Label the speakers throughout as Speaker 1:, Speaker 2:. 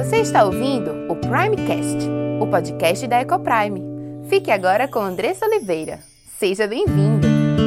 Speaker 1: Você está ouvindo o Primecast, o podcast da Ecoprime. Fique agora com Andressa Oliveira. Seja bem-vindo!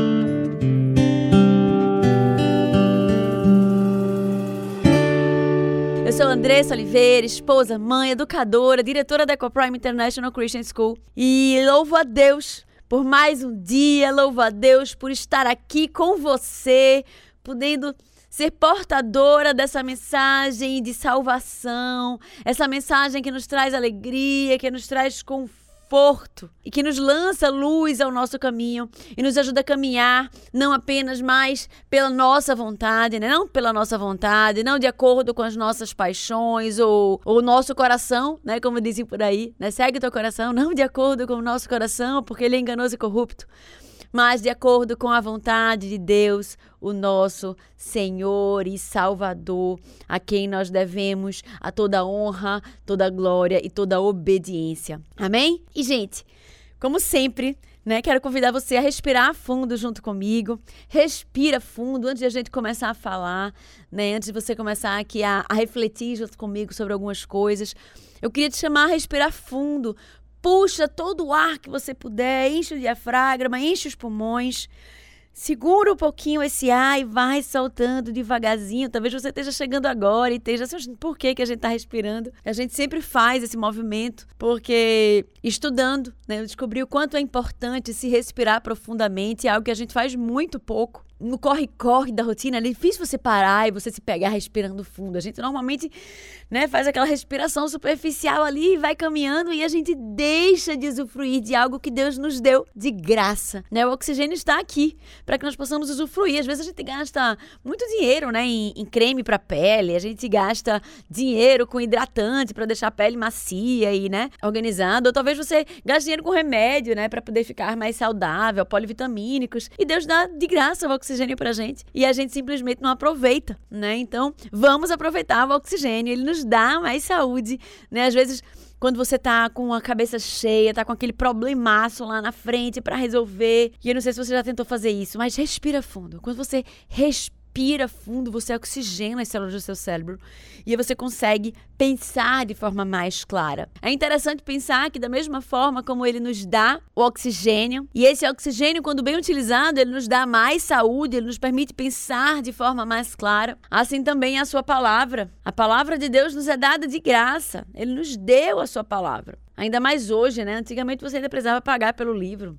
Speaker 2: Eu sou Andressa Oliveira, esposa, mãe, educadora, diretora da Ecoprime International Christian School. E louvo a Deus por mais um dia, louvo a Deus por estar aqui com você, podendo ser portadora dessa mensagem de salvação, essa mensagem que nos traz alegria, que nos traz conforto e que nos lança luz ao nosso caminho e nos ajuda a caminhar não apenas mais pela nossa vontade, né? Não pela nossa vontade, não de acordo com as nossas paixões ou o nosso coração, né? Como dizem por aí, né? Segue o teu coração, não de acordo com o nosso coração, porque ele é enganoso e corrupto, mas de acordo com a vontade de Deus, o nosso Senhor e Salvador, a quem nós devemos a toda honra, toda glória e toda obediência. Amém? E, gente, como sempre, né, quero convidar você a respirar fundo junto comigo. Respira fundo antes de a gente começar a falar, né, antes de você começar aqui a refletir junto comigo sobre algumas coisas. Eu queria te chamar a respirar fundo. Puxa todo o ar que você puder, enche o diafragma, enche os pulmões, segura um pouquinho esse ar e vai soltando devagarzinho. Talvez você esteja chegando agora e esteja assim, por que a gente está respirando? A gente sempre faz esse movimento, porque estudando, né, eu descobri o quanto é importante se respirar profundamente, é algo que a gente faz muito pouco. No corre-corre da rotina, é difícil você parar e você se pegar respirando fundo. A gente normalmente, né, faz aquela respiração superficial ali e vai caminhando e a gente deixa de usufruir de algo que Deus nos deu de graça, né? O oxigênio está aqui para que nós possamos usufruir. Às vezes a gente gasta muito dinheiro, né, em creme para pele, a gente gasta dinheiro com hidratante para deixar a pele macia e, né, organizada. Ou talvez você gaste dinheiro com remédio, né, para poder ficar mais saudável, polivitamínicos. E Deus dá de graça o oxigênio pra gente e a gente simplesmente não aproveita, né? Então, vamos aproveitar o oxigênio, ele nos dá mais saúde, né? Às vezes, quando você tá com a cabeça cheia, tá com aquele problemaço lá na frente pra resolver, e eu não sei se você já tentou fazer isso, mas respira fundo. Quando você respira fundo, você oxigena as células do seu cérebro e aí você consegue pensar de forma mais clara. É interessante pensar que da mesma forma como ele nos dá o oxigênio, e esse oxigênio, quando bem utilizado, ele nos dá mais saúde, ele nos permite pensar de forma mais clara, assim também a sua palavra. A palavra de Deus nos é dada de graça, ele nos deu a sua palavra. Ainda mais hoje, né? Antigamente você ainda precisava pagar pelo livro.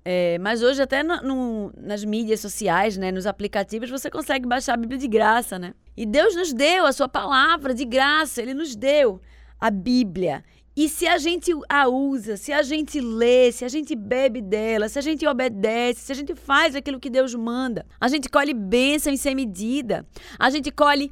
Speaker 2: Mas hoje até nas mídias sociais, né, nos aplicativos, você consegue baixar a Bíblia de graça, né? E Deus nos deu a sua palavra de graça, Ele nos deu a Bíblia. E se a gente a usa, se a gente lê, se a gente bebe dela, se a gente obedece, se a gente faz aquilo que Deus manda, a gente colhe bênção sem medida, a gente colhe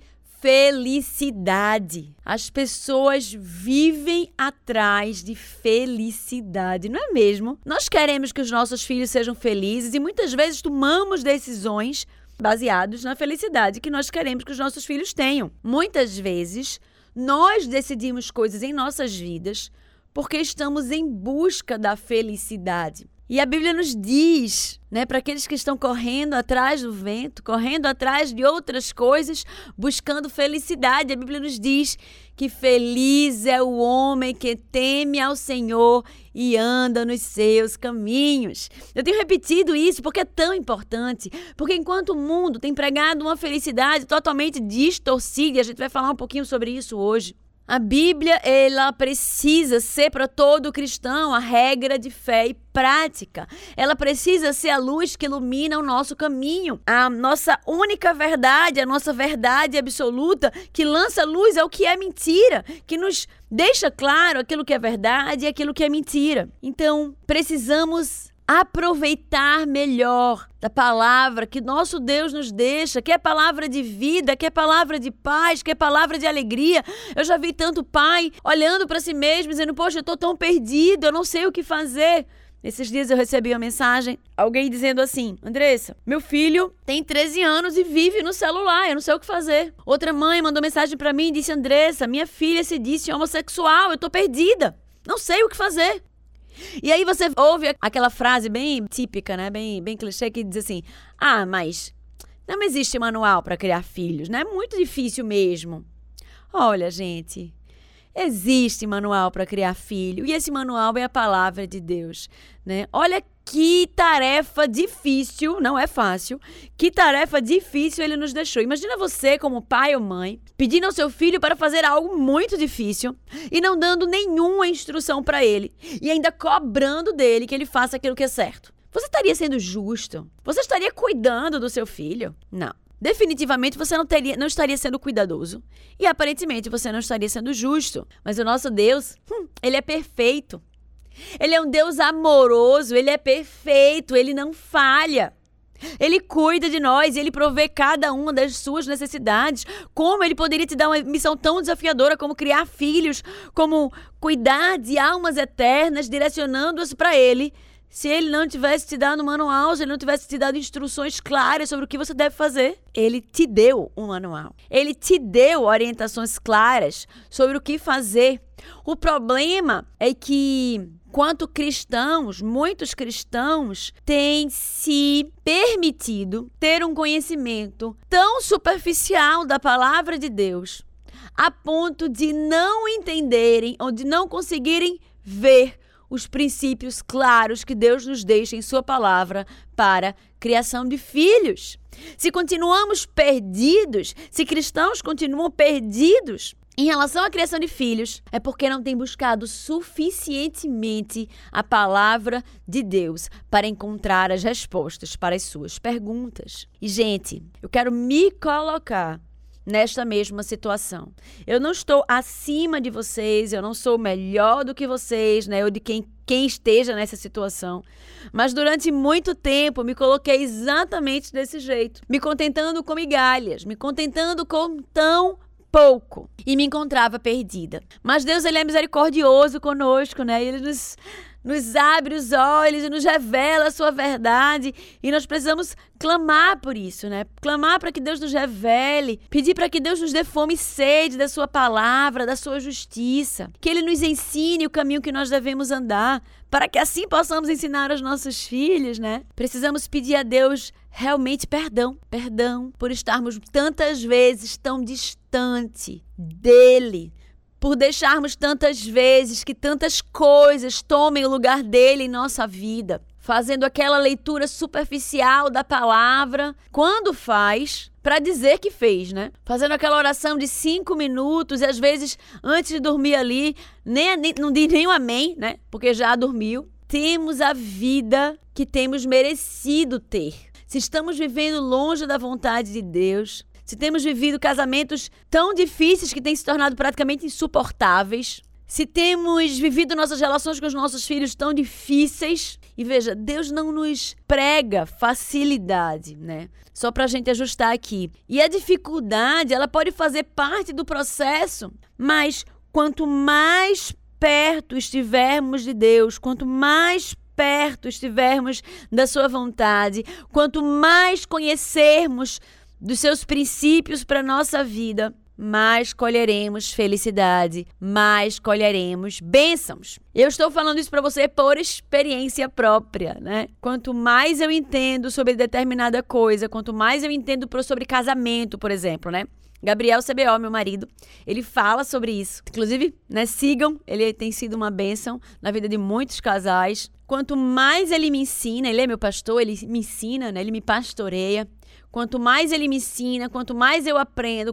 Speaker 2: felicidade. As pessoas vivem atrás de felicidade, não é mesmo? Nós queremos que os nossos filhos sejam felizes e muitas vezes tomamos decisões baseadas na felicidade que nós queremos que os nossos filhos tenham. Muitas vezes, nós decidimos coisas em nossas vidas porque estamos em busca da felicidade. E a Bíblia nos diz, né, para aqueles que estão correndo atrás do vento, correndo atrás de outras coisas, buscando felicidade, a Bíblia nos diz que feliz é o homem que teme ao Senhor e anda nos seus caminhos. Eu tenho repetido isso porque é tão importante, porque enquanto o mundo tem pregado uma felicidade totalmente distorcida, e a gente vai falar um pouquinho sobre isso hoje, a Bíblia, ela precisa ser para todo cristão a regra de fé e prática. Ela precisa ser a luz que ilumina o nosso caminho. A nossa única verdade, a nossa verdade absoluta, que lança luz ao que é mentira, que nos deixa claro aquilo que é verdade e aquilo que é mentira. Então, precisamos aproveitar melhor da palavra que nosso Deus nos deixa, que é palavra de vida, que é palavra de paz, que é palavra de alegria. Eu já vi tanto pai olhando para si mesmo, dizendo, poxa, eu estou tão perdido, eu não sei o que fazer. Esses dias eu recebi uma mensagem, alguém dizendo assim, Andressa, meu filho tem 13 anos e vive no celular, eu não sei o que fazer. Outra mãe mandou mensagem para mim e disse, Andressa, minha filha se disse homossexual, eu estou perdida, não sei o que fazer. E aí você ouve aquela frase bem típica, né? Bem clichê, que diz assim, mas não existe manual para criar filhos, né? É muito difícil mesmo. Olha, gente, Existe manual para criar filho e esse manual é a palavra de Deus, né? Olha que tarefa difícil, não é fácil, que tarefa difícil ele nos deixou. Imagina você como pai ou mãe pedindo ao seu filho para fazer algo muito difícil e não dando nenhuma instrução para ele e ainda cobrando dele que ele faça aquilo que é certo. Você estaria sendo justo? Você estaria cuidando do seu filho? Não. Definitivamente você não estaria sendo cuidadoso e aparentemente você não estaria sendo justo. Mas o nosso Deus, ele é perfeito. Ele é um Deus amoroso, ele é perfeito, ele não falha. Ele cuida de nós e ele provê cada uma das suas necessidades. Como ele poderia te dar uma missão tão desafiadora como criar filhos, como cuidar de almas eternas, direcionando-as para ele, se ele não tivesse te dado um manual, se ele não tivesse te dado instruções claras sobre o que você deve fazer? Ele te deu um manual. Ele te deu orientações claras sobre o que fazer. O problema é que, quanto cristãos, muitos cristãos têm se permitido ter um conhecimento tão superficial da palavra de Deus, a ponto de não entenderem ou de não conseguirem ver os princípios claros que Deus nos deixa em sua palavra para criação de filhos. Se continuamos perdidos, se cristãos continuam perdidos em relação à criação de filhos, é porque não têm buscado suficientemente a palavra de Deus para encontrar as respostas para as suas perguntas. E, gente, eu quero me colocar nesta mesma situação. Eu não estou acima de vocês, eu não sou melhor do que vocês, né? Ou de quem esteja nessa situação. Mas durante muito tempo me coloquei exatamente desse jeito, me contentando com migalhas, me contentando com tão pouco e me encontrava perdida. Mas Deus, ele é misericordioso conosco, né? Ele nos abre os olhos e nos revela a sua verdade e nós precisamos clamar por isso, né? Clamar para que Deus nos revele, pedir para que Deus nos dê fome e sede da sua palavra, da sua justiça, que ele nos ensine o caminho que nós devemos andar, para que assim possamos ensinar aos nossos filhos, né? Precisamos pedir a Deus realmente perdão por estarmos tantas vezes tão distante dele, por deixarmos tantas vezes que tantas coisas tomem o lugar dele em nossa vida, fazendo aquela leitura superficial da palavra, quando faz, para dizer que fez, né? Fazendo aquela oração de 5 minutos e às vezes antes de dormir ali, não diz nem um amém, né? Porque já dormiu. Temos a vida que temos merecido ter. Se estamos vivendo longe da vontade de Deus, se temos vivido casamentos tão difíceis que têm se tornado praticamente insuportáveis, se temos vivido nossas relações com os nossos filhos tão difíceis, e veja, Deus não nos prega facilidade, né? Só pra gente ajustar aqui. E a dificuldade, ela pode fazer parte do processo, mas quanto mais perto estivermos de Deus, quanto mais perto estivermos da sua vontade, quanto mais conhecermos dos seus princípios para a nossa vida, mais colheremos felicidade, mais colheremos bênçãos. Eu estou falando isso para você por experiência própria, né? Quanto mais eu entendo sobre determinada coisa, quanto mais eu entendo sobre casamento, por exemplo, né? Gabriel CBO, meu marido, ele fala sobre isso. Inclusive, né, sigam, ele tem sido uma bênção na vida de muitos casais. Quanto mais ele me ensina, ele é meu pastor, ele me ensina, né? Ele me pastoreia. Quanto mais ele me ensina, quanto mais eu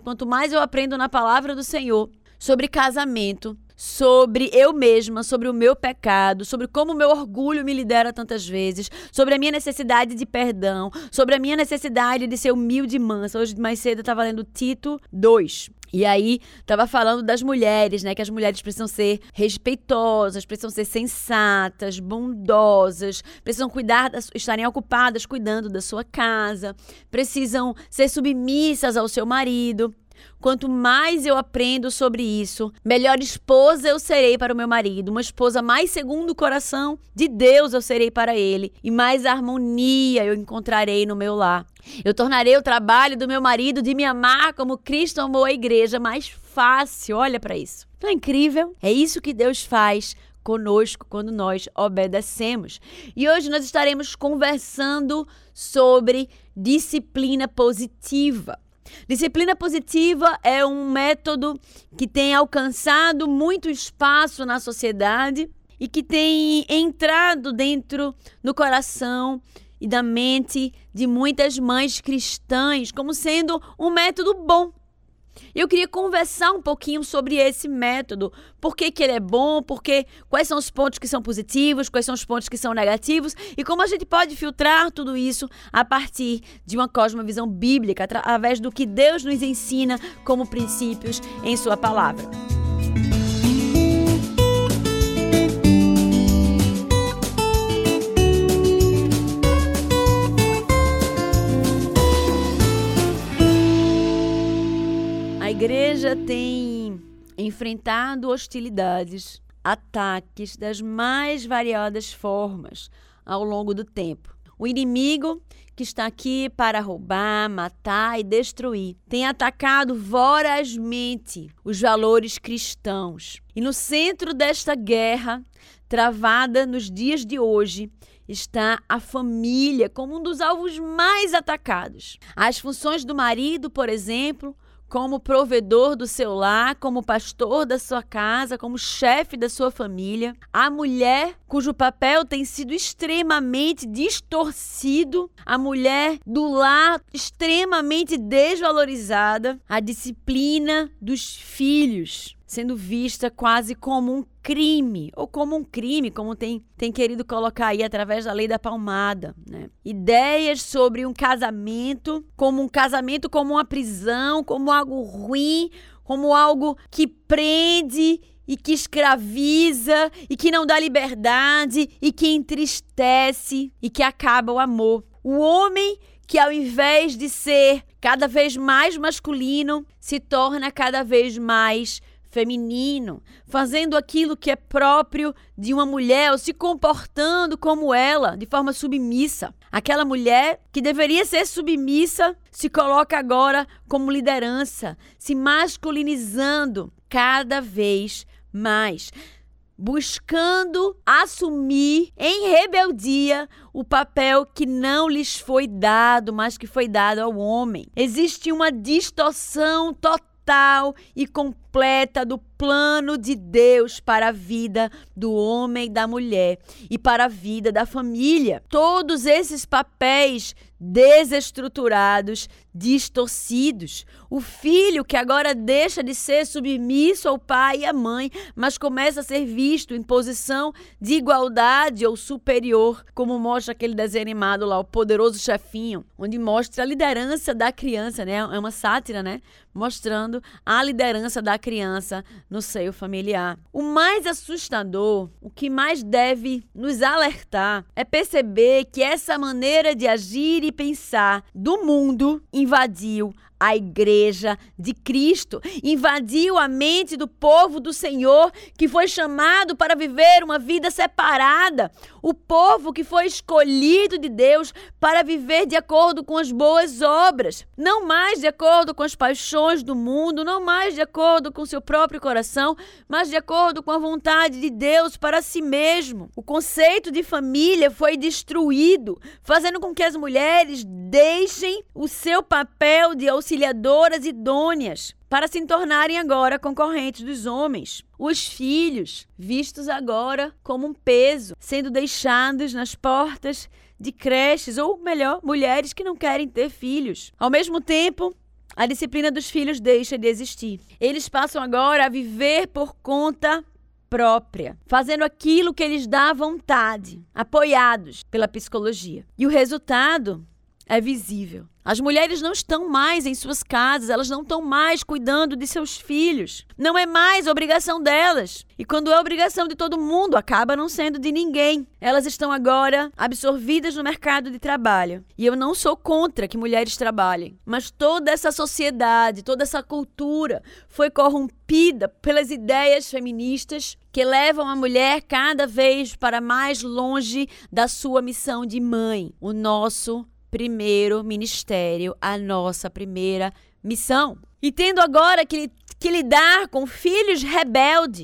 Speaker 2: aprendo na palavra do Senhor sobre casamento, sobre eu mesma, sobre o meu pecado, sobre como o meu orgulho me lidera tantas vezes, sobre a minha necessidade de perdão, sobre a minha necessidade de ser humilde e mansa. Hoje mais cedo eu estava lendo Tito 2. E aí, estava falando das mulheres, né? Que as mulheres precisam ser respeitosas, precisam ser sensatas, bondosas, precisam estarem ocupadas cuidando da sua casa, precisam ser submissas ao seu marido. Quanto mais eu aprendo sobre isso, melhor esposa eu serei para o meu marido, uma esposa mais segundo o coração de Deus eu serei para ele, e mais harmonia eu encontrarei no meu lar. Eu tornarei o trabalho do meu marido de me amar como Cristo amou a igreja mais fácil. Olha para isso. Não é incrível? É isso que Deus faz conosco quando nós obedecemos. E hoje nós estaremos conversando sobre disciplina positiva. Disciplina positiva é um método que tem alcançado muito espaço na sociedade e que tem entrado dentro do coração e da mente de muitas mães cristãs como sendo um método bom. Eu queria conversar um pouquinho sobre esse método, por que ele é bom, quais são os pontos que são positivos, quais são os pontos que são negativos e como a gente pode filtrar tudo isso a partir de uma cosmovisão bíblica, através do que Deus nos ensina como princípios em sua palavra. A igreja tem enfrentado hostilidades, ataques das mais variadas formas ao longo do tempo. O inimigo, que está aqui para roubar, matar e destruir, tem atacado vorazmente os valores cristãos. E no centro desta guerra, travada nos dias de hoje, está a família como um dos alvos mais atacados. As funções do marido, por exemplo, como provedor do seu lar, como pastor da sua casa, como chefe da sua família. A mulher, cujo papel tem sido extremamente distorcido. A mulher do lar, extremamente desvalorizada. A disciplina dos filhos, sendo vista quase como um crime, ou como um crime, como tem querido colocar aí através da lei da palmada, né? Ideias sobre um casamento como uma prisão, como algo ruim, como algo que prende e que escraviza e que não dá liberdade e que entristece e que acaba o amor. O homem que, ao invés de ser cada vez mais masculino, se torna cada vez mais feminino, fazendo aquilo que é próprio de uma mulher ou se comportando como ela, de forma submissa. Aquela mulher que deveria ser submissa se coloca agora como liderança, se masculinizando cada vez mais, buscando assumir em rebeldia o papel que não lhes foi dado, mas que foi dado ao homem. Existe uma distorção total e completa do plano de Deus para a vida do homem e da mulher e para a vida da família. Todos esses papéis desestruturados, distorcidos. O filho que agora deixa de ser submisso ao pai e à mãe, mas começa a ser visto em posição de igualdade ou superior, como mostra aquele desenho animado lá, O Poderoso Chefinho, onde mostra a liderança da criança, né? É uma sátira, né? Mostrando a liderança da criança no seio familiar. O mais assustador, o que mais deve nos alertar, é perceber que essa maneira de agir e pensar do mundo invadiu a igreja de Cristo, invadiu a mente do povo do Senhor, que foi chamado para viver uma vida separada, o povo que foi escolhido de Deus para viver de acordo com as boas obras, não mais de acordo com as paixões do mundo, não mais de acordo com seu próprio coração, mas de acordo com a vontade de Deus para si mesmo. O conceito de família foi destruído, fazendo com que as mulheres deixem o seu papel de auxiliadoras idôneas para se tornarem agora concorrentes dos homens. Os filhos, vistos agora como um peso, sendo deixados nas portas de creches, ou melhor, mulheres que não querem ter filhos. Ao mesmo tempo, a disciplina dos filhos deixa de existir. Eles passam agora a viver por conta própria, fazendo aquilo que eles dão vontade, apoiados pela psicologia. E o resultado é visível. As mulheres não estão mais em suas casas, elas não estão mais cuidando de seus filhos. Não é mais obrigação delas. E quando é obrigação de todo mundo, acaba não sendo de ninguém. Elas estão agora absorvidas no mercado de trabalho. E eu não sou contra que mulheres trabalhem, mas toda essa sociedade, toda essa cultura foi corrompida pelas ideias feministas que levam a mulher cada vez para mais longe da sua missão de mãe. O nosso primeiro ministério, a nossa primeira missão. E tendo agora que lidar com filhos rebeldes,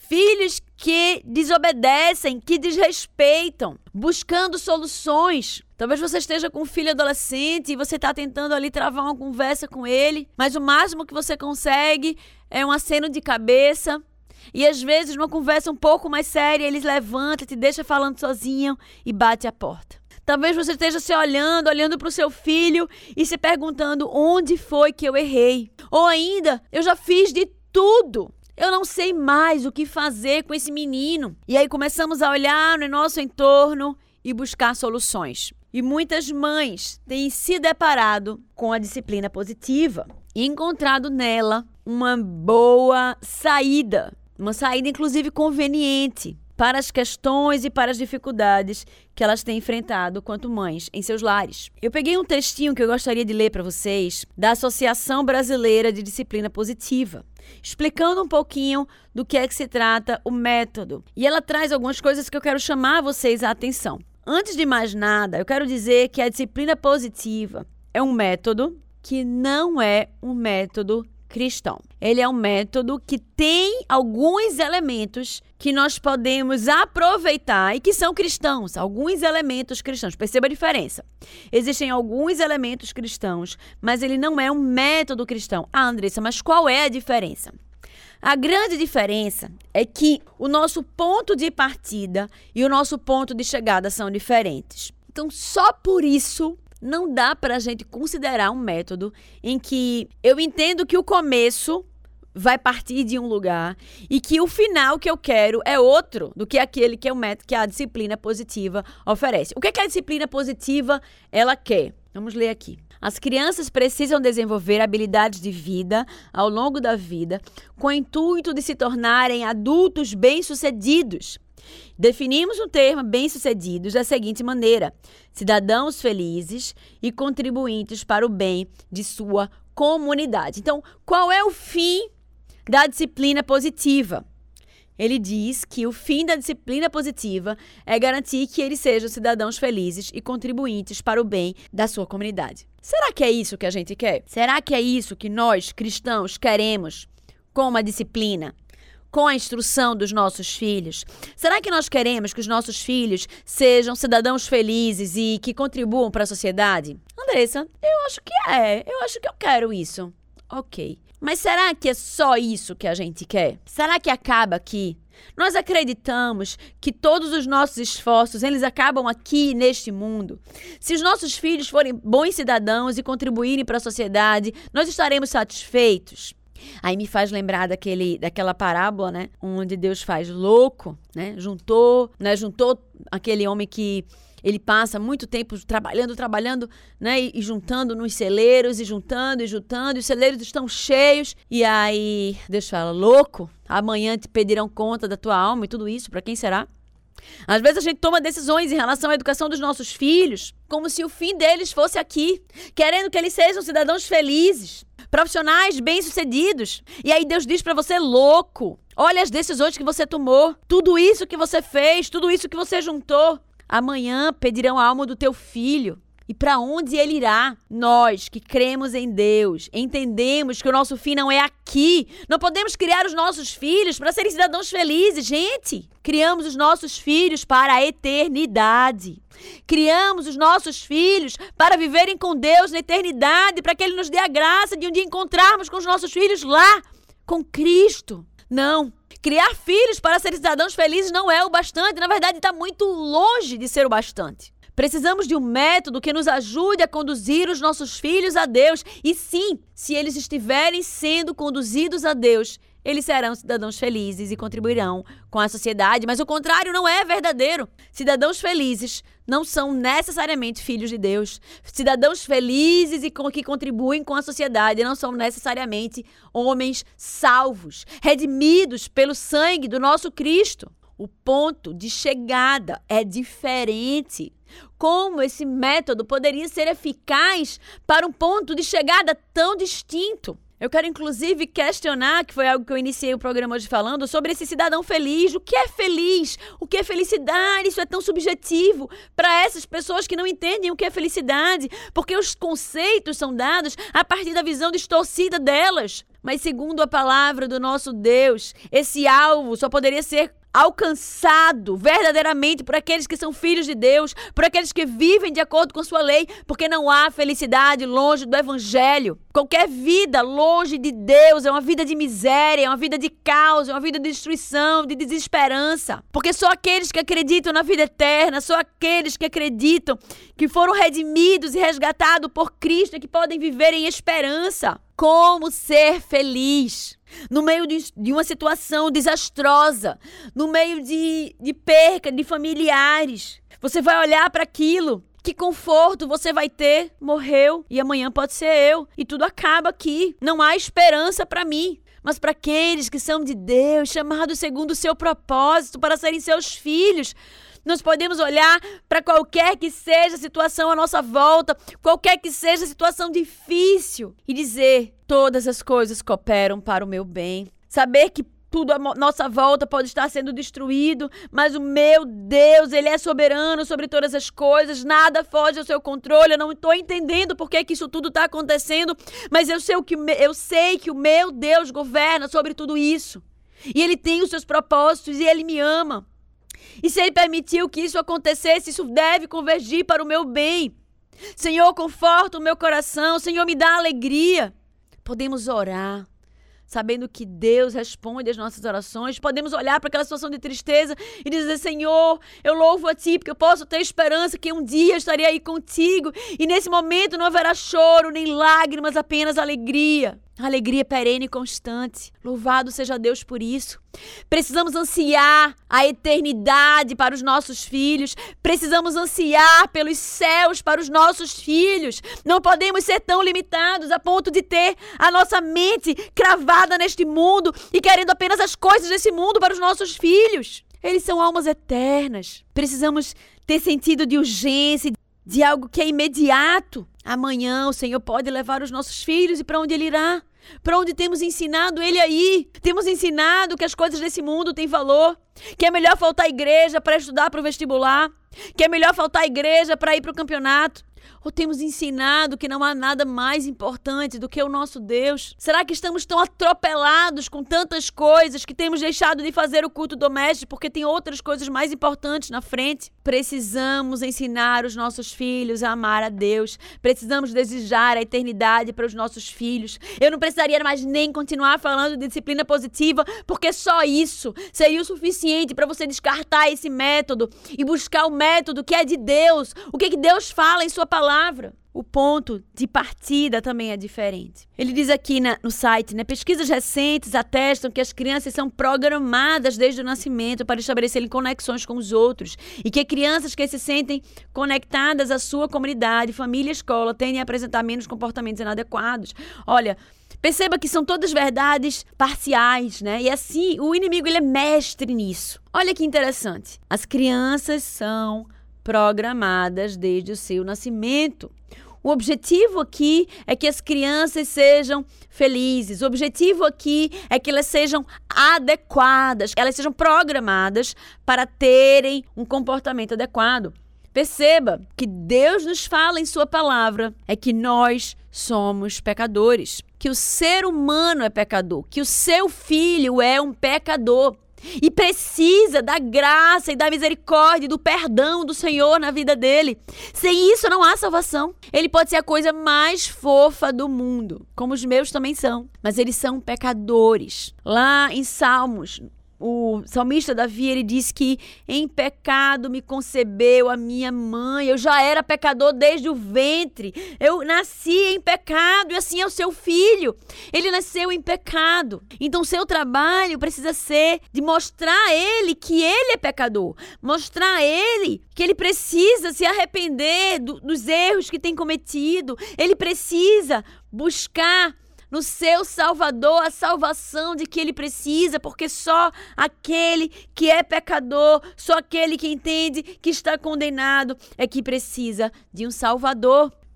Speaker 2: filhos que desobedecem, que desrespeitam, buscando soluções. Talvez você esteja com um filho adolescente e você está tentando ali travar uma conversa com ele, mas o máximo que você consegue é um aceno de cabeça. E às vezes, numa conversa um pouco mais séria, eles levantam, te deixa falando sozinho e bate a porta. Talvez você esteja se olhando para o seu filho e se perguntando onde foi que eu errei. Ou ainda, eu já fiz de tudo. Eu não sei mais o que fazer com esse menino. E aí começamos a olhar no nosso entorno e buscar soluções. E muitas mães têm se deparado com a disciplina positiva e encontrado nela uma boa saída. Uma saída, inclusive, conveniente para as questões e para as dificuldades que elas têm enfrentado quanto mães em seus lares. Eu peguei um textinho que eu gostaria de ler para vocês da Associação Brasileira de Disciplina Positiva, explicando um pouquinho do que é que se trata o método. E ela traz algumas coisas que eu quero chamar vocês a atenção. Antes de mais nada, eu quero dizer que a disciplina positiva é um método que não é um método cristão. Ele é um método que tem alguns elementos que nós podemos aproveitar e que são cristãos, alguns elementos cristãos. Perceba a diferença. Existem alguns elementos cristãos, mas ele não é um método cristão. Ah, Andressa, mas qual é a diferença? A grande diferença é que o nosso ponto de partida e o nosso ponto de chegada são diferentes. Então, só por isso não dá para a gente considerar um método em que eu entendo que o começo vai partir de um lugar e que o final que eu quero é outro do que aquele que é o método que a disciplina positiva oferece. O que é que a disciplina positiva ela quer? Vamos ler aqui. As crianças precisam desenvolver habilidades de vida ao longo da vida com o intuito de se tornarem adultos bem-sucedidos. Definimos o termo bem-sucedidos da seguinte maneira: cidadãos felizes e contribuintes para o bem de sua comunidade. Então, qual é o fim da disciplina positiva? Ele diz que o fim da disciplina positiva é garantir que eles sejam cidadãos felizes e contribuintes para o bem da sua comunidade. Será que é isso que a gente quer? Será que é isso que nós, cristãos, queremos com uma disciplina? Com a instrução dos nossos filhos? Será que nós queremos que os nossos filhos sejam cidadãos felizes e que contribuam para a sociedade? Andressa, eu acho que é. Eu acho que eu quero isso. Ok. Mas será que é só isso que a gente quer? Será que acaba aqui? Nós acreditamos que todos os nossos esforços, eles acabam aqui neste mundo. Se os nossos filhos forem bons cidadãos e contribuírem para a sociedade, nós estaremos satisfeitos? Aí me faz lembrar daquela parábola, né? Onde Deus faz louco, né? Juntou aquele homem que ele passa muito tempo trabalhando, né? E juntando nos celeiros, e juntando, e os celeiros estão cheios. E aí Deus fala: louco, amanhã te pedirão conta da tua alma e tudo isso, para quem será? Às vezes a gente toma decisões em relação à educação dos nossos filhos, como se o fim deles fosse aqui, querendo que eles sejam cidadãos felizes, profissionais bem-sucedidos. E aí Deus diz pra você: louco, olha as decisões que você tomou, tudo isso que você fez, tudo isso que você juntou. Amanhã pedirão a alma do teu filho. E para onde ele irá? Nós que cremos em Deus, entendemos que o nosso fim não é aqui. Não podemos criar os nossos filhos para serem cidadãos felizes, gente. Criamos os nossos filhos para a eternidade. Criamos os nossos filhos para viverem com Deus na eternidade, para que Ele nos dê a graça de um dia encontrarmos com os nossos filhos lá, com Cristo. Não. Criar filhos para serem cidadãos felizes não é o bastante. Na verdade, está muito longe de ser o bastante. Precisamos de um método que nos ajude a conduzir os nossos filhos a Deus. E sim, se eles estiverem sendo conduzidos a Deus, eles serão cidadãos felizes e contribuirão com a sociedade. Mas o contrário não é verdadeiro. Cidadãos felizes não são necessariamente filhos de Deus. Cidadãos felizes e que contribuem com a sociedade não são necessariamente homens salvos, redimidos pelo sangue do nosso Cristo. O ponto de chegada é diferente. Como esse método poderia ser eficaz para um ponto de chegada tão distinto? Eu quero, inclusive, questionar, que foi algo que eu iniciei o programa hoje falando, sobre esse cidadão feliz. O que é feliz? O que é felicidade? Isso é tão subjetivo para essas pessoas que não entendem o que é felicidade, porque os conceitos são dados a partir da visão distorcida delas. Mas segundo a palavra do nosso Deus, esse alvo só poderia ser alcançado verdadeiramente por aqueles que são filhos de Deus, por aqueles que vivem de acordo com sua lei, porque não há felicidade longe do evangelho. Qualquer vida longe de Deus é uma vida de miséria, é uma vida de caos, é uma vida de destruição, de desesperança. Porque só aqueles que acreditam na vida eterna, só aqueles que acreditam que foram redimidos e resgatados por Cristo é que podem viver em esperança. Como ser feliz no meio de uma situação desastrosa, no meio de perca de familiares? Você vai olhar para aquilo, que conforto você vai ter? Morreu e amanhã pode ser eu e tudo acaba aqui. Não há esperança para mim. Mas para aqueles que são de Deus, chamados segundo o seu propósito para serem seus filhos, nós podemos olhar para qualquer que seja a situação à nossa volta, qualquer que seja a situação difícil e dizer: todas as coisas cooperam para o meu bem. Saber que tudo à nossa volta pode estar sendo destruído, mas o meu Deus, Ele é soberano sobre todas as coisas, nada foge ao seu controle. Eu não estou entendendo por que isso tudo está acontecendo, mas eu sei que o meu Deus governa sobre tudo isso. E Ele tem os seus propósitos e Ele me ama. E se Ele permitiu que isso acontecesse, isso deve convergir para o meu bem. Senhor, conforta o meu coração. Senhor, me dá alegria. Podemos orar, sabendo que Deus responde às nossas orações. Podemos olhar para aquela situação de tristeza e dizer: Senhor, eu louvo a Ti, porque eu posso ter esperança que um dia eu estarei aí contigo. E nesse momento não haverá choro, nem lágrimas, apenas alegria. Alegria perene e constante. Louvado seja Deus por isso. Precisamos ansiar a eternidade para os nossos filhos. Precisamos ansiar pelos céus para os nossos filhos. Não podemos ser tão limitados a ponto de ter a nossa mente cravada neste mundo e querendo apenas as coisas desse mundo para os nossos filhos. Eles são almas eternas. Precisamos ter sentido de urgência, de algo que é imediato. Amanhã o Senhor pode levar os nossos filhos e para onde Ele irá? Para onde temos ensinado Ele aí? Temos ensinado que as coisas desse mundo têm valor, que é melhor faltar à igreja para estudar para o vestibular, que é melhor faltar à igreja para ir para o campeonato. Ou temos ensinado que não há nada mais importante do que o nosso Deus? Será que estamos tão atropelados com tantas coisas que temos deixado de fazer o culto doméstico porque tem outras coisas mais importantes na frente? Precisamos ensinar os nossos filhos a amar a Deus. Precisamos desejar a eternidade para os nossos filhos. Eu não precisaria mais nem continuar falando de disciplina positiva, porque só isso seria o suficiente para você descartar esse método e buscar o método que é de Deus. O que Deus fala em sua palavra. O ponto de partida também é diferente. Ele diz aqui no site, pesquisas recentes atestam que as crianças são programadas desde o nascimento para estabelecerem conexões com os outros e que crianças que se sentem conectadas à sua comunidade, família e escola tendem a apresentar menos comportamentos inadequados. Olha, perceba que são todas verdades parciais, E assim, o inimigo ele é mestre nisso. Olha que interessante. As crianças são programadas desde o seu nascimento. O objetivo aqui é que as crianças sejam felizes. O objetivo aqui é que elas sejam adequadas, elas sejam programadas para terem um comportamento adequado. Perceba que Deus nos fala em sua palavra é que nós somos pecadores, que o ser humano é pecador, que o seu filho é um pecador. E precisa da graça e da misericórdia e do perdão do Senhor na vida dele. Sem isso não há salvação. Ele pode ser a coisa mais fofa do mundo, como os meus também são, mas eles são pecadores. Lá em Salmos, o salmista Davi, ele diz que em pecado me concebeu a minha mãe. Eu já era pecador desde o ventre. Eu nasci em pecado e assim é o seu filho. Ele nasceu em pecado. Então seu trabalho precisa ser de mostrar a ele que ele é pecador. Mostrar a ele que ele precisa se arrepender dos erros que tem cometido. Ele precisa buscar no seu Salvador a salvação de que ele precisa, porque só aquele que é pecador, só aquele que entende que está condenado é que precisa de um Salvador.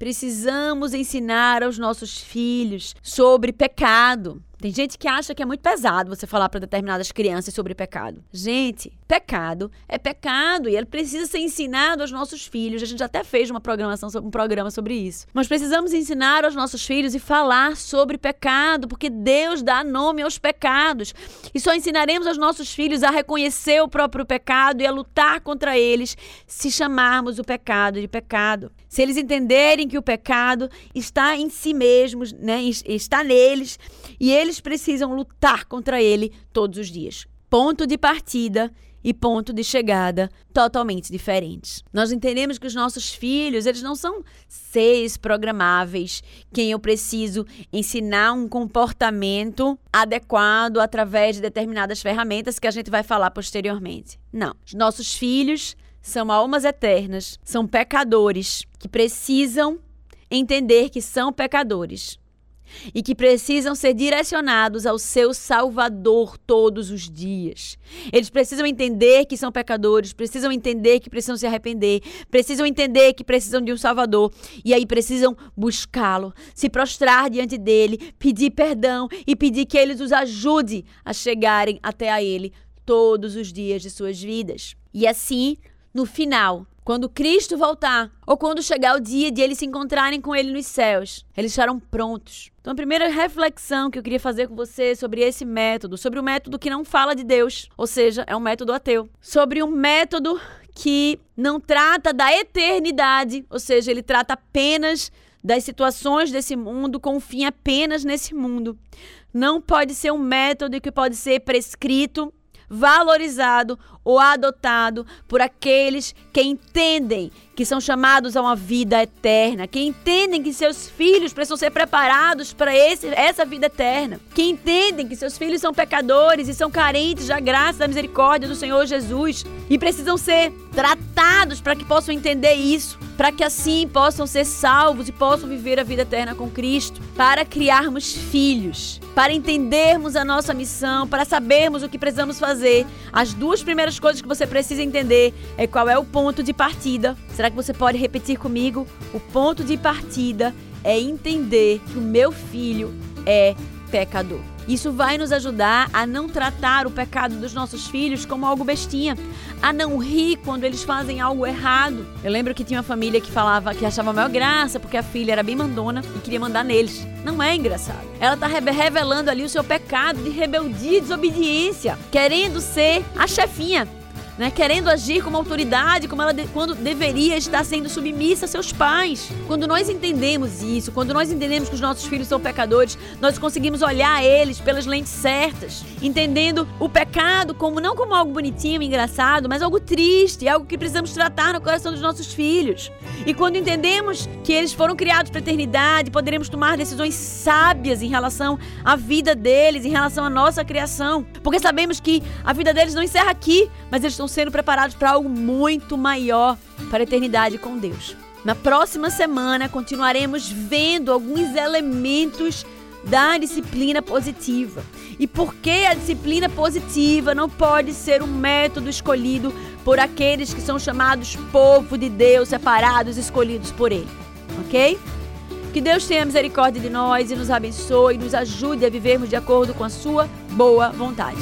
Speaker 2: precisamos ensinar aos nossos filhos sobre pecado. Tem gente que acha que é muito pesado você falar para determinadas crianças sobre pecado. Gente, pecado é pecado e ele precisa ser ensinado aos nossos filhos. A gente até fez um programa sobre isso. Nós precisamos ensinar aos nossos filhos e falar sobre pecado, porque Deus dá nome aos pecados. E só ensinaremos aos nossos filhos a reconhecer o próprio pecado e a lutar contra eles se chamarmos o pecado de pecado. Se eles entenderem que o pecado está em si mesmos, né, está neles, e eles precisam lutar contra ele todos os dias. Ponto de partida e ponto de chegada totalmente diferentes. Nós entendemos que os nossos filhos, eles não são seres programáveis, quem eu preciso ensinar um comportamento adequado através de determinadas ferramentas que a gente vai falar posteriormente. Não. Os nossos filhos são almas eternas, são pecadores que precisam entender que são pecadores e que precisam ser direcionados ao seu Salvador todos os dias. Eles precisam entender que são pecadores, precisam entender que precisam se arrepender, precisam entender que precisam de um Salvador e aí precisam buscá-lo, se prostrar diante dele, pedir perdão e pedir que ele os ajude a chegarem até a ele todos os dias de suas vidas. E assim, no final, quando Cristo voltar, ou quando chegar o dia de eles se encontrarem com Ele nos céus, eles estarão prontos. Então, a primeira reflexão que eu queria fazer com você sobre esse método, sobre o método que não fala de Deus, ou seja, é um método ateu. Sobre um método que não trata da eternidade, ou seja, ele trata apenas das situações desse mundo, com fim apenas nesse mundo. Não pode ser um método que pode ser prescrito, valorizado ou adotado por aqueles que entendem que são chamados a uma vida eterna, que entendem que seus filhos precisam ser preparados para essa vida eterna, que entendem que seus filhos são pecadores e são carentes da graça e da misericórdia do Senhor Jesus e precisam ser tratados para que possam entender isso, para que assim possam ser salvos e possam viver a vida eterna com Cristo, para criarmos filhos, para entendermos a nossa missão, para sabermos o que precisamos fazer. As duas primeiras coisas que você precisa entender é qual é o ponto de partida. Será que você pode repetir comigo? O ponto de partida é entender que o meu filho é pecador. Isso vai nos ajudar a não tratar o pecado dos nossos filhos como algo bestinha, a não rir quando eles fazem algo errado. Eu lembro que tinha uma família que falava que achava a maior graça porque a filha era bem mandona e queria mandar neles. Não é engraçado. Ela está revelando ali o seu pecado de rebeldia e desobediência, querendo ser a chefinha, né? Querendo agir como autoridade, quando deveria estar sendo submissa a seus pais. Quando nós entendemos isso, quando nós entendemos que os nossos filhos são pecadores, nós conseguimos olhar eles pelas lentes certas, entendendo o pecado não como algo bonitinho e engraçado, mas algo triste, algo que precisamos tratar no coração dos nossos filhos. E quando entendemos que eles foram criados para a eternidade, poderemos tomar decisões sábias em relação à vida deles, em relação à nossa criação. Porque sabemos que a vida deles não encerra aqui, mas eles estão sendo preparados para algo muito maior, para a eternidade com Deus. Na próxima semana, continuaremos vendo alguns elementos da disciplina positiva. E por que a disciplina positiva não pode ser um método escolhido por aqueles que são chamados povo de Deus, separados, escolhidos por Ele. Ok? Que Deus tenha misericórdia de nós e nos abençoe e nos ajude a vivermos de acordo com a sua boa vontade.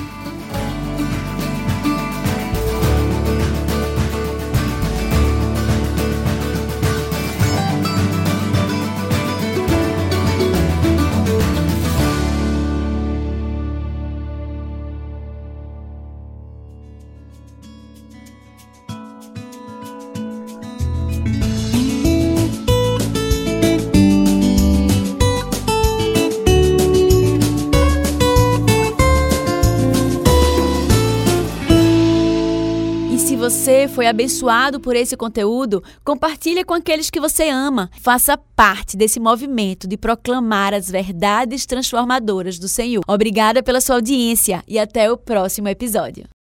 Speaker 2: Se você foi abençoado por esse conteúdo, compartilhe com aqueles que você ama. Faça parte desse movimento de proclamar as verdades transformadoras do Senhor. Obrigada pela sua audiência e até o próximo episódio.